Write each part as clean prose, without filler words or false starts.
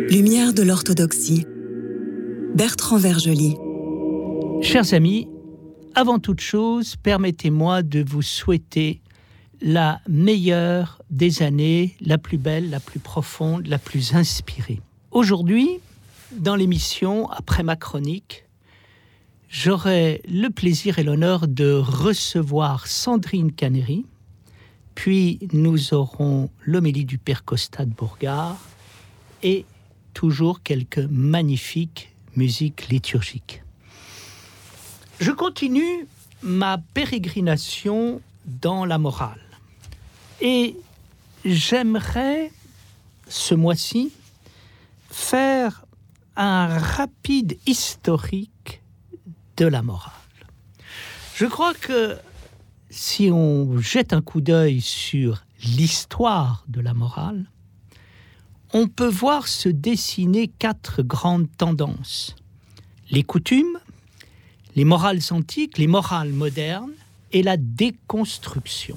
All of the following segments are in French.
Lumière de l'orthodoxie. Bertrand Vergely. Chers amis, avant toute chose, permettez-moi de vous souhaiter la meilleure des années, la plus belle, la plus profonde, la plus inspirée. Aujourd'hui, dans l'émission, après ma chronique, j'aurai le plaisir et l'honneur de recevoir Sandrine Canéry, puis nous aurons l'homélie du Père Costa de Bourgard et toujours quelques magnifiques musiques liturgiques. Je continue ma pérégrination dans la morale et j'aimerais ce mois-ci faire un rapide historique de la morale. Je crois que si on jette un coup d'œil sur l'histoire de la morale, on peut voir se dessiner 4 grandes tendances. Les coutumes, les morales antiques, les morales modernes et la déconstruction.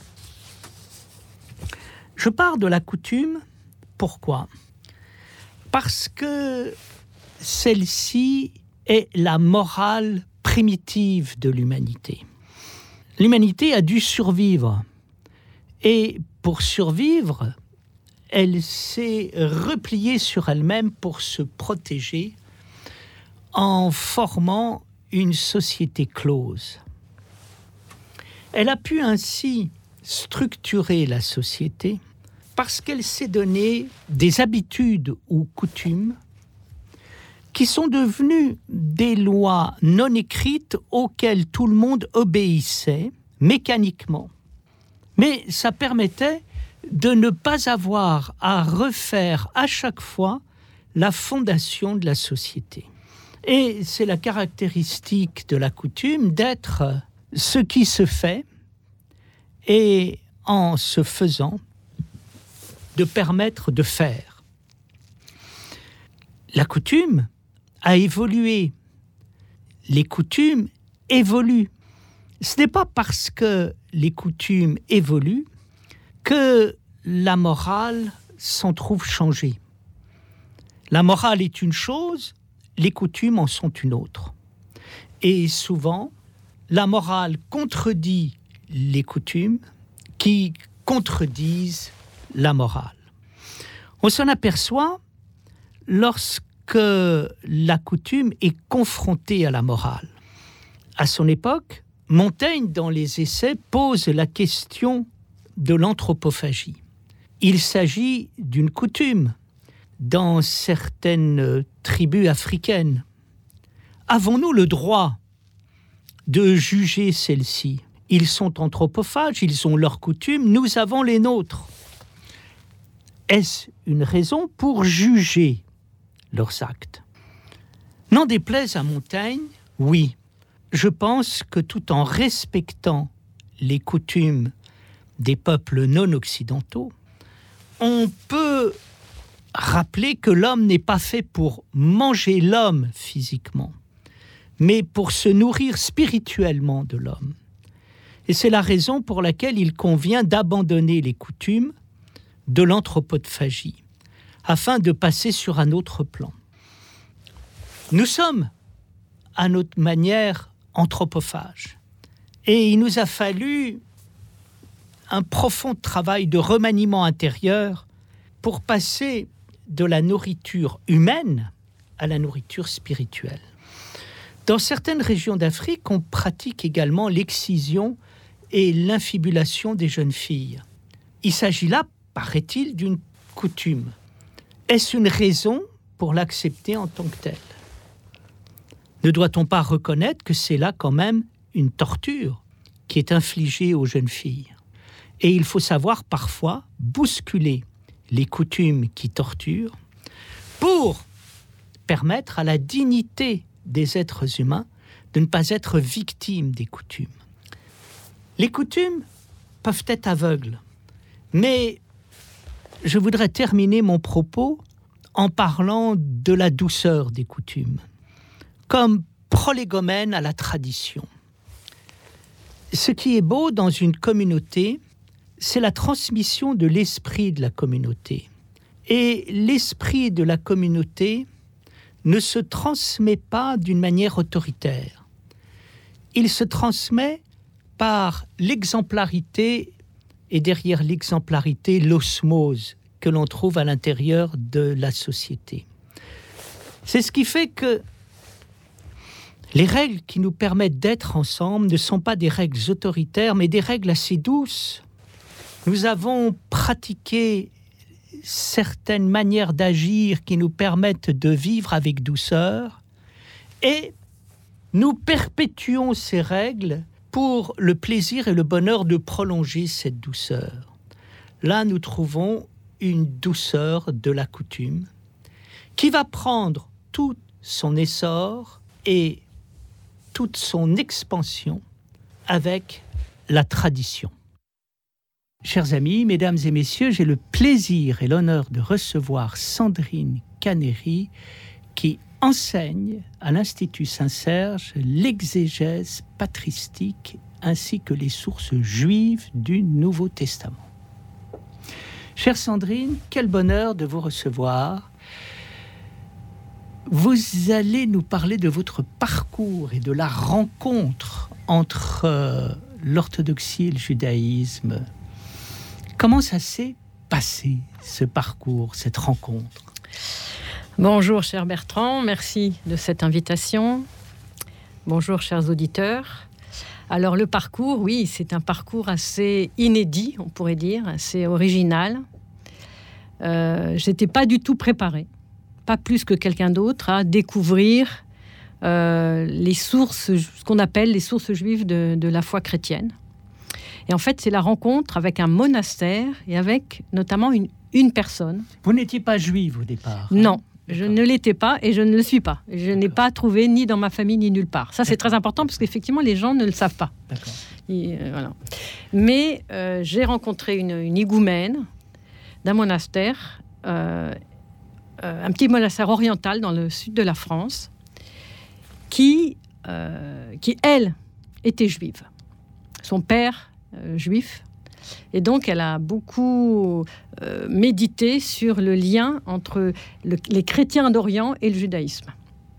Je pars de la coutume, pourquoi ? Parce que celle-ci est la morale primitive de l'humanité. L'humanité a dû survivre. Et pour survivre, elle s'est repliée sur elle-même pour se protéger en formant une société close. Elle a pu ainsi structurer la société parce qu'elle s'est donné des habitudes ou coutumes qui sont devenues des lois non écrites auxquelles tout le monde obéissait mécaniquement. Mais ça permettait de ne pas avoir à refaire à chaque fois la fondation de la société. Et c'est la caractéristique de la coutume d'être ce qui se fait et en se faisant, de permettre de faire. La coutume a évolué. Les coutumes évoluent. Ce n'est pas parce que les coutumes évoluent que la morale s'en trouve changée. La morale est une chose, les coutumes en sont une autre. Et souvent, la morale contredit les coutumes qui contredisent la morale. On s'en aperçoit lorsque la coutume est confrontée à la morale. À son époque, Montaigne, dans les Essais, pose la question de l'anthropophagie. Il s'agit d'une coutume dans certaines tribus africaines. Avons-nous le droit de juger celles-ci ? Ils sont anthropophages, ils ont leurs coutumes, nous avons les nôtres. Est-ce une raison pour juger leurs actes ? N'en déplaise à Montaigne, oui. Je pense que tout en respectant les coutumes des peuples non occidentaux, on peut rappeler que l'homme n'est pas fait pour manger l'homme physiquement, mais pour se nourrir spirituellement de l'homme. Et c'est la raison pour laquelle il convient d'abandonner les coutumes de l'anthropophagie, afin de passer sur un autre plan. Nous sommes, à notre manière, anthropophages. Et il nous a fallu un profond travail de remaniement intérieur pour passer de la nourriture humaine à la nourriture spirituelle. Dans certaines régions d'Afrique, on pratique également l'excision et l'infibulation des jeunes filles. Il s'agit là, paraît-il, d'une coutume. Est-ce une raison pour l'accepter en tant que telle ? Ne doit-on pas reconnaître que c'est là quand même une torture qui est infligée aux jeunes filles ? Et il faut savoir parfois bousculer les coutumes qui torturent pour permettre à la dignité des êtres humains de ne pas être victimes des coutumes. Les coutumes peuvent être aveugles, mais je voudrais terminer mon propos en parlant de la douceur des coutumes, comme prolégomène à la tradition. Ce qui est beau dans une communauté, c'est la transmission de l'esprit de la communauté. Et l'esprit de la communauté ne se transmet pas d'une manière autoritaire. Il se transmet par l'exemplarité, et derrière l'exemplarité, l'osmose que l'on trouve à l'intérieur de la société. C'est ce qui fait que les règles qui nous permettent d'être ensemble ne sont pas des règles autoritaires, mais des règles assez douces. Nous avons pratiqué certaines manières d'agir qui nous permettent de vivre avec douceur, et nous perpétuons ces règles pour le plaisir et le bonheur de prolonger cette douceur. Là, nous trouvons une douceur de la coutume qui va prendre tout son essor et toute son expansion avec la tradition. Chers amis, mesdames et messieurs, j'ai le plaisir et l'honneur de recevoir Sandrine Canéry qui enseigne à l'Institut Saint-Serge l'exégèse patristique ainsi que les sources juives du Nouveau Testament. Chère Sandrine, quel bonheur de vous recevoir. Vous allez nous parler de votre parcours et de la rencontre entre l'orthodoxie et le judaïsme. Comment ça s'est passé, ce parcours, cette rencontre ? Bonjour, cher Bertrand, merci de cette invitation. Bonjour, chers auditeurs. Alors, le parcours, oui, c'est un parcours assez inédit, on pourrait dire, assez original. J'étais pas du tout préparée, pas plus que quelqu'un d'autre, à découvrir les sources, ce qu'on appelle les sources juives de la foi chrétienne. Et en fait, c'est la rencontre avec un monastère et avec notamment une personne. Vous n'étiez pas juive au départ ? Non. Je ne l'étais pas et je ne le suis pas. Je n'ai pas trouvé ni dans ma famille ni nulle part. Ça, c'est très important parce qu'effectivement, les gens ne le savent pas. D'accord. Voilà. Mais j'ai rencontré une higoumène d'un monastère, un petit monastère oriental dans le sud de la France, qui elle, était juive. Son père, juif. Et donc, elle a beaucoup médité sur le lien entre les chrétiens d'Orient et le judaïsme.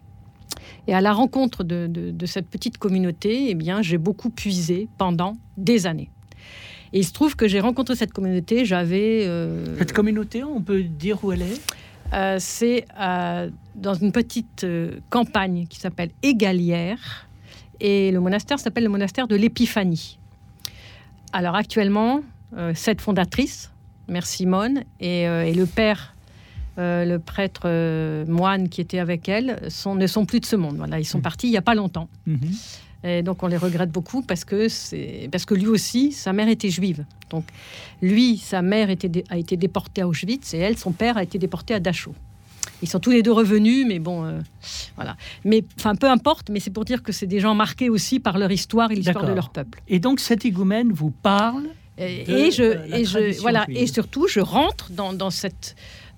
Et à la rencontre de cette petite communauté, eh bien, j'ai beaucoup puisé pendant des années. Et il se trouve que j'ai rencontré cette communauté, Cette communauté, on peut dire où elle est ? C'est dans une petite campagne qui s'appelle Égalière. Et le monastère s'appelle le monastère de l'Épiphanie. Alors actuellement, cette fondatrice, Mère Simone, et le père, le prêtre moine qui était avec elle, ne sont plus de ce monde. Voilà, ils sont partis il n'y a pas longtemps. Et donc on les regrette beaucoup parce que lui aussi, sa mère était juive. Donc lui, sa mère a été déportée à Auschwitz et elle, son père, a été déporté à Dachau. Ils sont tous les deux revenus, mais bon, voilà. Mais enfin, peu importe, mais c'est pour dire que c'est des gens marqués aussi par leur histoire et l'histoire de leur peuple. Et donc, cette higoumène vous parle et surtout, je rentre dans cet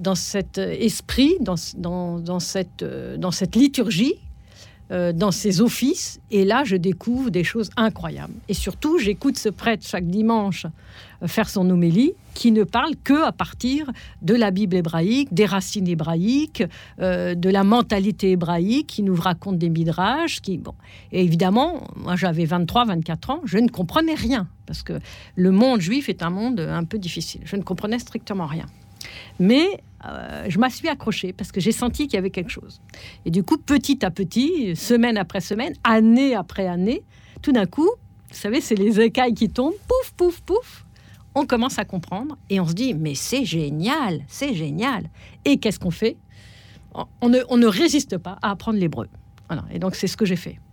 esprit, dans cette liturgie, dans ces offices, et là, je découvre des choses incroyables. Et surtout, j'écoute ce prêtre chaque dimanche faire son homélie, qui ne parle que à partir de la Bible hébraïque, des racines hébraïques, de la mentalité hébraïque, qui nous raconte des midrash. Et évidemment, moi j'avais 23-24 ans, je ne comprenais rien, parce que le monde juif est un monde un peu difficile. Je ne comprenais strictement rien. Mais je m'y suis accrochée, parce que j'ai senti qu'il y avait quelque chose. Et du coup, petit à petit, semaine après semaine, année après année, tout d'un coup, vous savez, c'est les écailles qui tombent, pouf, pouf, pouf. On commence à comprendre et on se dit, mais c'est génial, c'est génial. Et qu'est-ce qu'on fait ? On ne résiste pas à apprendre l'hébreu. Voilà. Et donc, c'est ce que j'ai fait.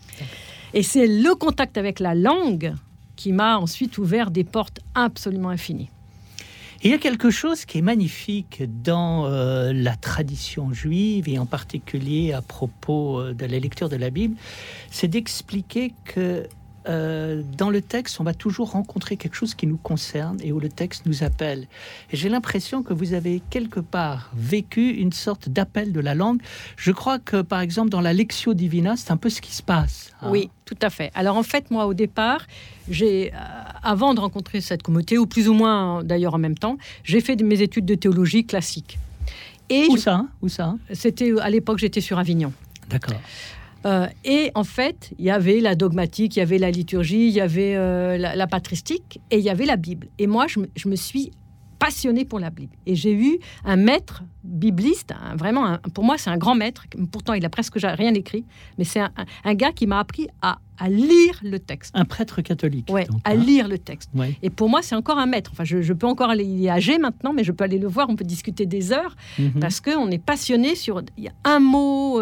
Et c'est le contact avec la langue qui m'a ensuite ouvert des portes absolument infinies. Il y a quelque chose qui est magnifique dans la tradition juive, et en particulier à propos de la lecture de la Bible, c'est d'expliquer que dans le texte, on va toujours rencontrer quelque chose qui nous concerne et où le texte nous appelle. Et j'ai l'impression que vous avez quelque part vécu une sorte d'appel de la langue. Je crois que, par exemple, dans la Lectio Divina, c'est un peu ce qui se passe. Oui, tout à fait. Alors en fait, moi, au départ, avant de rencontrer cette communauté, ou plus ou moins d'ailleurs en même temps, j'ai fait mes études de théologie classique. Et Où ça? C'était à l'époque, j'étais sur Avignon. D'accord. Et en fait, il y avait la dogmatique, il y avait la liturgie, il y avait la patristique, et il y avait la Bible. Et moi, je me suis passionnée pour la Bible. Et j'ai eu un maître bibliste, pour moi, c'est un grand maître. Pourtant, il a presque rien écrit, mais c'est un gars qui m'a appris à lire le texte. Un prêtre catholique. Ouais, donc, à lire le texte. Ouais. Et pour moi, c'est encore un maître. Enfin, je peux encore aller, il est âgé maintenant, mais je peux aller le voir, on peut discuter des heures, parce qu'on est passionné sur... Il y a un mot,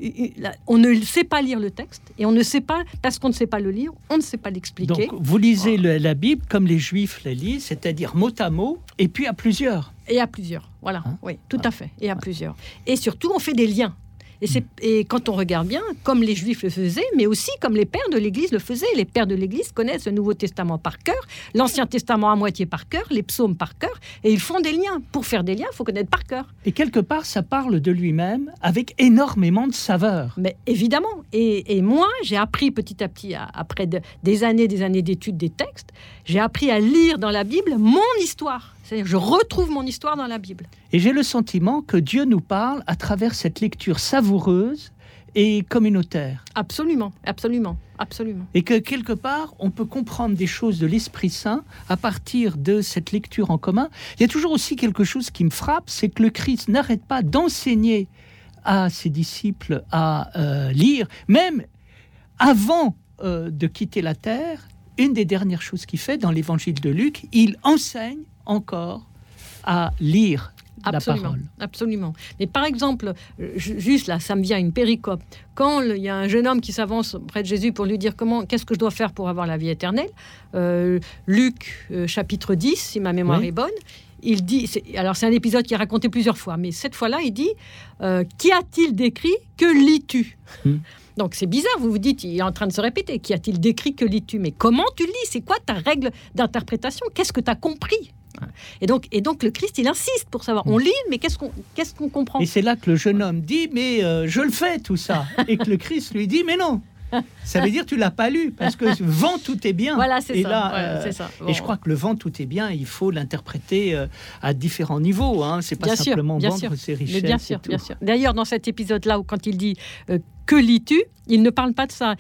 on ne sait pas lire le texte, et on ne sait pas, parce qu'on ne sait pas le lire, on ne sait pas l'expliquer. Donc, vous lisez la Bible comme les Juifs la lisent, c'est-à-dire mot à mot, et puis à plusieurs. Et à plusieurs, voilà. Oui, tout à fait, et à plusieurs. Et surtout, on fait des liens. Et quand on regarde bien, comme les Juifs le faisaient, mais aussi comme les pères de l'Église le faisaient. Les pères de l'Église connaissent le Nouveau Testament par cœur, l'Ancien Testament à moitié par cœur, les psaumes par cœur, et ils font des liens. Pour faire des liens, il faut connaître par cœur. Et quelque part, ça parle de lui-même avec énormément de saveur. Mais évidemment. Et moi, j'ai appris petit à petit, après des années d'études des textes, j'ai appris à lire dans la Bible mon histoire. C'est-à-dire, je retrouve mon histoire dans la Bible. Et j'ai le sentiment que Dieu nous parle à travers cette lecture savoureuse et communautaire. Absolument, absolument, absolument. Et que quelque part, on peut comprendre des choses de l'Esprit Saint à partir de cette lecture en commun. Il y a toujours aussi quelque chose qui me frappe, c'est que le Christ n'arrête pas d'enseigner à ses disciples à lire, même avant de quitter la terre. Une des dernières choses qu'il fait dans l'évangile de Luc, il enseigne encore à lire la parole. Absolument. Mais par exemple, juste là, ça me vient une péricope. Quand il y a un jeune homme qui s'avance près de Jésus pour lui dire qu'est-ce que je dois faire pour avoir la vie éternelle, Luc chapitre 10, si ma mémoire est bonne, il dit, alors c'est un épisode qui est raconté plusieurs fois, mais cette fois-là, il dit qu'y a-t-il d'écrit, que lis-tu ? Donc c'est bizarre, vous vous dites, il est en train de se répéter. Qu'y a-t-il d'écrit, que lis-tu ? Mais comment tu lis ? C'est quoi ta règle d'interprétation ? Qu'est-ce que tu as compris ? Et donc le Christ, il insiste pour savoir. On lit, mais qu'est-ce qu'on comprend ? Et c'est là que le jeune homme dit, mais je le fais tout ça. Et que le Christ lui dit, mais non. Ça veut dire que tu l'as pas lu, parce que vent tout est bien. Voilà, c'est et ça. Là, c'est ça. Bon. Et je crois que le vent tout est bien, il faut l'interpréter à différents niveaux. C'est pas simplement vendre ses richesses. Mais bien sûr. D'ailleurs, dans cet épisode-là, où quand il dit que lis-tu, il ne parle pas de ça.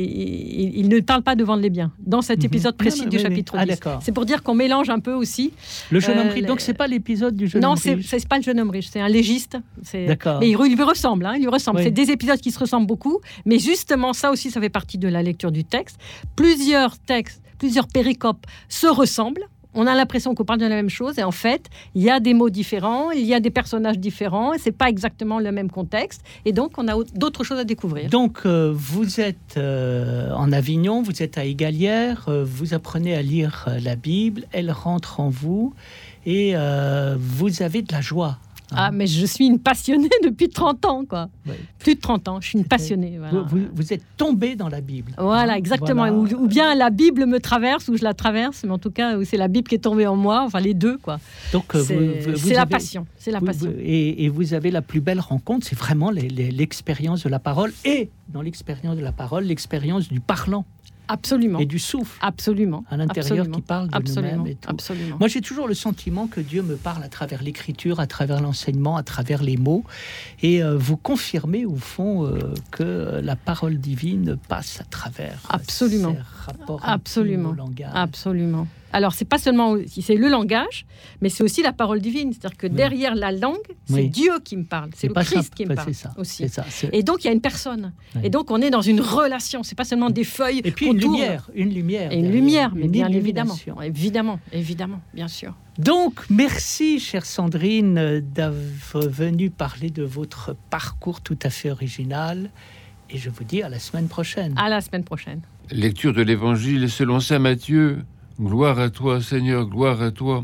Il ne parle pas de vendre les biens. Dans cet épisode précis du chapitre 10. C'est pour dire qu'on mélange un peu aussi. Le jeune homme riche. Donc, c'est pas l'épisode du jeune homme riche. Non, c'est pas le jeune homme riche. C'est un légiste. D'accord. Mais il lui ressemble. Il lui ressemble. Oui. C'est des épisodes qui se ressemblent beaucoup. Mais justement, ça aussi, ça fait partie de la lecture du texte. Plusieurs textes, plusieurs péricopes se ressemblent. On a l'impression qu'on parle de la même chose et en fait, il y a des mots différents, il y a des personnages différents et c'est pas exactement le même contexte et donc on a d'autres choses à découvrir. Donc vous êtes en Avignon, vous êtes à Égalières, vous apprenez à lire la Bible, elle rentre en vous et vous avez de la joie. Ah, mais je suis une passionnée depuis 30 ans, quoi. Oui. Plus de 30 ans, je suis une passionnée. Voilà. Vous êtes tombée dans la Bible. Voilà, exactement. Voilà. Ou bien la Bible me traverse, ou je la traverse, mais en tout cas, c'est la Bible qui est tombée en moi, enfin les deux, quoi. Donc, c'est la passion. C'est la passion. Et vous avez la plus belle rencontre, c'est vraiment l'expérience de la parole, et dans l'expérience de la parole, l'expérience du parlant. Absolument. Et du souffle. Absolument. À l'intérieur qui parle de nous-mêmes et tout. Absolument. Moi, j'ai toujours le sentiment que Dieu me parle à travers l'écriture, à travers l'enseignement, à travers les mots. Et vous confirmez, au fond, que la parole divine passe à travers ces rapports au langage. Absolument. Alors, c'est pas seulement c'est le langage, mais c'est aussi la parole divine. C'est-à-dire que derrière la langue, c'est Dieu qui me parle. C'est le Christ qui me parle aussi. Et donc, il y a une personne. Oui. Et donc, on est dans une relation. C'est pas seulement des feuilles. Et puis une lumière. Et une lumière, mais bien évidemment. Évidemment, bien sûr. Donc, merci, chère Sandrine, d'être venue parler de votre parcours tout à fait original. Et je vous dis à la semaine prochaine. À la semaine prochaine. Lecture de l'Évangile selon saint Matthieu. Gloire à toi, Seigneur, gloire à toi.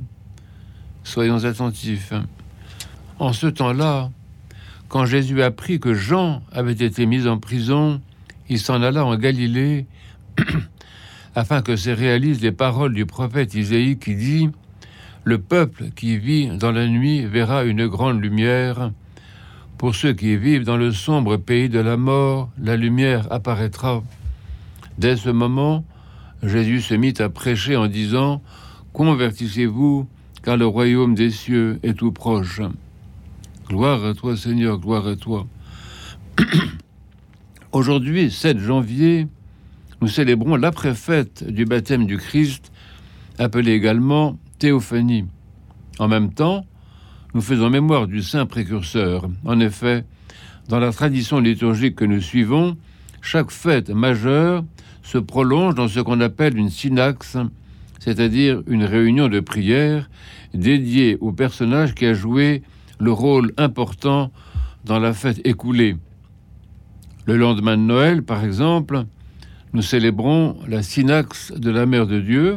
Soyons attentifs. En ce temps-là, quand Jésus apprit que Jean avait été mis en prison, il s'en alla en Galilée afin que se réalisent les paroles du prophète Isaïe qui dit « Le peuple qui vit dans la nuit verra une grande lumière. Pour ceux qui vivent dans le sombre pays de la mort, la lumière apparaîtra. » Dès ce moment, Jésus se mit à prêcher en disant « Convertissez-vous, car le royaume des cieux est tout proche. » Gloire à toi, Seigneur, gloire à toi. Aujourd'hui, 7 janvier, nous célébrons l'après-fête du baptême du Christ, appelée également Théophanie. En même temps, nous faisons mémoire du saint précurseur. En effet, dans la tradition liturgique que nous suivons, chaque fête majeure se prolonge dans ce qu'on appelle une synaxe, c'est-à-dire une réunion de prière dédiée au personnage qui a joué le rôle important dans la fête écoulée. Le lendemain de Noël, par exemple, nous célébrons la synaxe de la Mère de Dieu.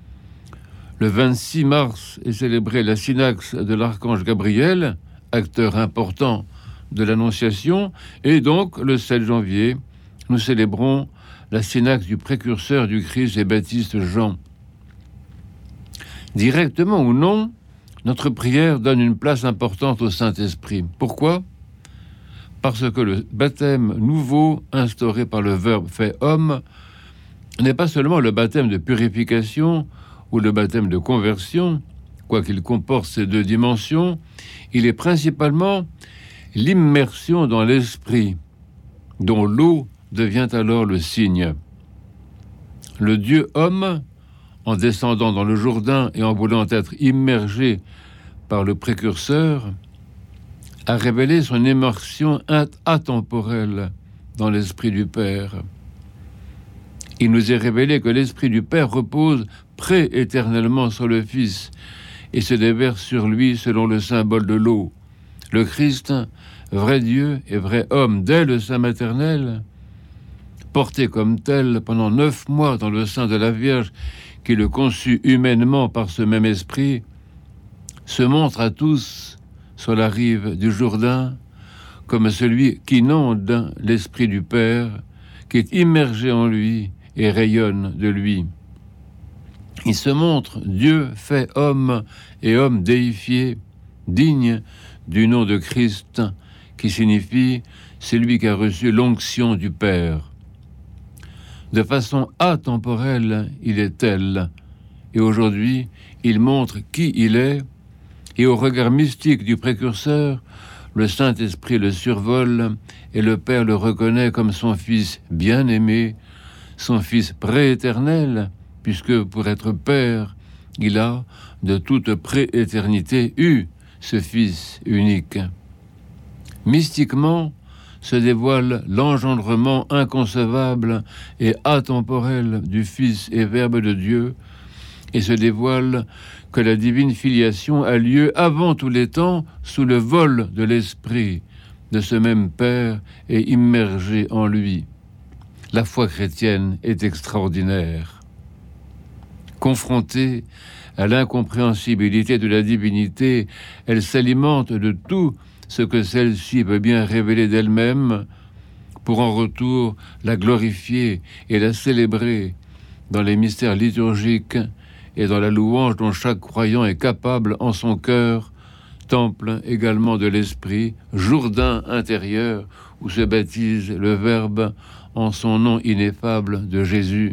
Le 26 mars est célébrée la synaxe de l'archange Gabriel, acteur important de l'Annonciation, et donc le 7 janvier, nous célébrons la synaxe du précurseur du Christ et baptiste Jean. Directement ou non, notre prière donne une place importante au Saint-Esprit. Pourquoi ? Parce que le baptême nouveau instauré par le Verbe fait homme n'est pas seulement le baptême de purification ou le baptême de conversion, quoiqu'il comporte ces deux dimensions, il est principalement l'immersion dans l'esprit, dont l'eau devient alors le signe. Le Dieu homme, en descendant dans le Jourdain et en voulant être immergé par le précurseur, a révélé son immersion atemporelle dans l'Esprit du Père. Il nous est révélé que l'Esprit du Père repose prééternellement sur le Fils et se déverse sur lui selon le symbole de l'eau. Le Christ, vrai Dieu et vrai homme dès le sein maternel, porté comme tel pendant 9 mois dans le sein de la Vierge qui le conçut humainement par ce même esprit, se montre à tous sur la rive du Jourdain comme celui qui inonde l'Esprit du Père, qui est immergé en lui et rayonne de lui. Il se montre Dieu fait homme et homme déifié, digne du nom de Christ, qui signifie celui qui a reçu l'onction du Père. De façon atemporelle, il est tel, et aujourd'hui, il montre qui il est, et au regard mystique du précurseur, le Saint-Esprit le survole, et le Père le reconnaît comme son Fils bien-aimé, son Fils prééternel, puisque pour être Père, il a, de toute prééternité, eu ce Fils unique. Mystiquement, se dévoile l'engendrement inconcevable et atemporel du Fils et Verbe de Dieu, et se dévoile que la divine filiation a lieu avant tous les temps sous le vol de l'Esprit de ce même Père et immergé en lui. La foi chrétienne est extraordinaire. Confrontée à l'incompréhensibilité de la divinité, elle s'alimente de tout ce que celle-ci veut bien révéler d'elle-même, pour en retour la glorifier et la célébrer dans les mystères liturgiques et dans la louange dont chaque croyant est capable en son cœur, temple également de l'Esprit, Jourdain intérieur où se baptise le Verbe en son nom ineffable de Jésus.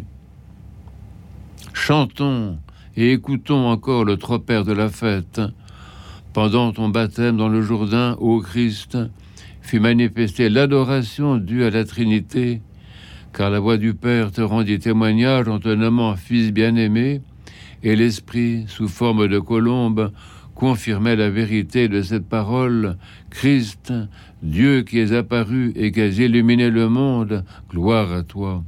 Chantons et écoutons encore le tropère de la fête. Pendant ton baptême dans le Jourdain, ô Christ, fut manifestée l'adoration due à la Trinité, car la voix du Père te rendit témoignage en te nommant Fils bien-aimé, et l'Esprit, sous forme de colombe, confirmait la vérité de cette parole. Christ, Dieu qui est apparu et qui a illuminé le monde, gloire à toi.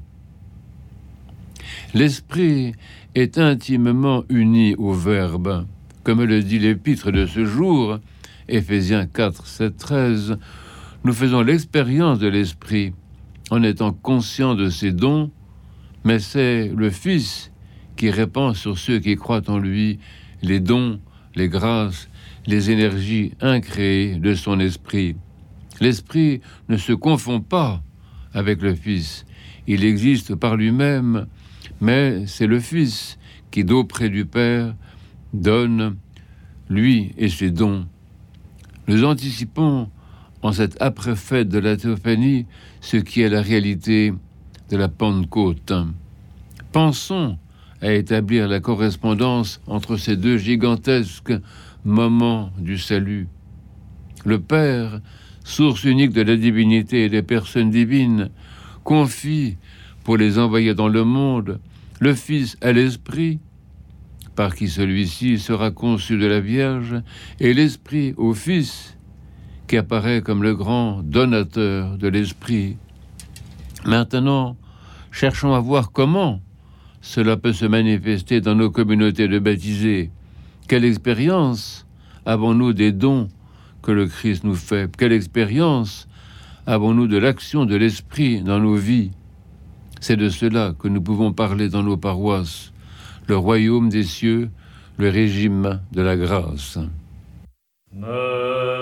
L'Esprit est intimement uni au Verbe. Comme le dit l'épître de ce jour, Éphésiens 4, 7, 13, nous faisons l'expérience de l'Esprit en étant conscients de ses dons, mais c'est le Fils qui répand sur ceux qui croient en lui les dons, les grâces, les énergies incréées de son Esprit. L'Esprit ne se confond pas avec le Fils. Il existe par lui-même, mais c'est le Fils qui, d'auprès du Père, donne, lui et ses dons. Nous anticipons, en cette après-fête de la Théophanie, ce qui est la réalité de la Pentecôte. Pensons à établir la correspondance entre ces deux gigantesques moments du salut. Le Père, source unique de la divinité et des personnes divines, confie, pour les envoyer dans le monde, le Fils à l'Esprit, par qui celui-ci sera conçu de la Vierge, et l'Esprit au Fils, qui apparaît comme le grand donateur de l'Esprit. Maintenant, cherchons à voir comment cela peut se manifester dans nos communautés de baptisés. Quelle expérience avons-nous des dons que le Christ nous fait? Quelle expérience avons-nous de l'action de l'Esprit dans nos vies? C'est de cela que nous pouvons parler dans nos paroisses. Le royaume des cieux, le régime de la grâce.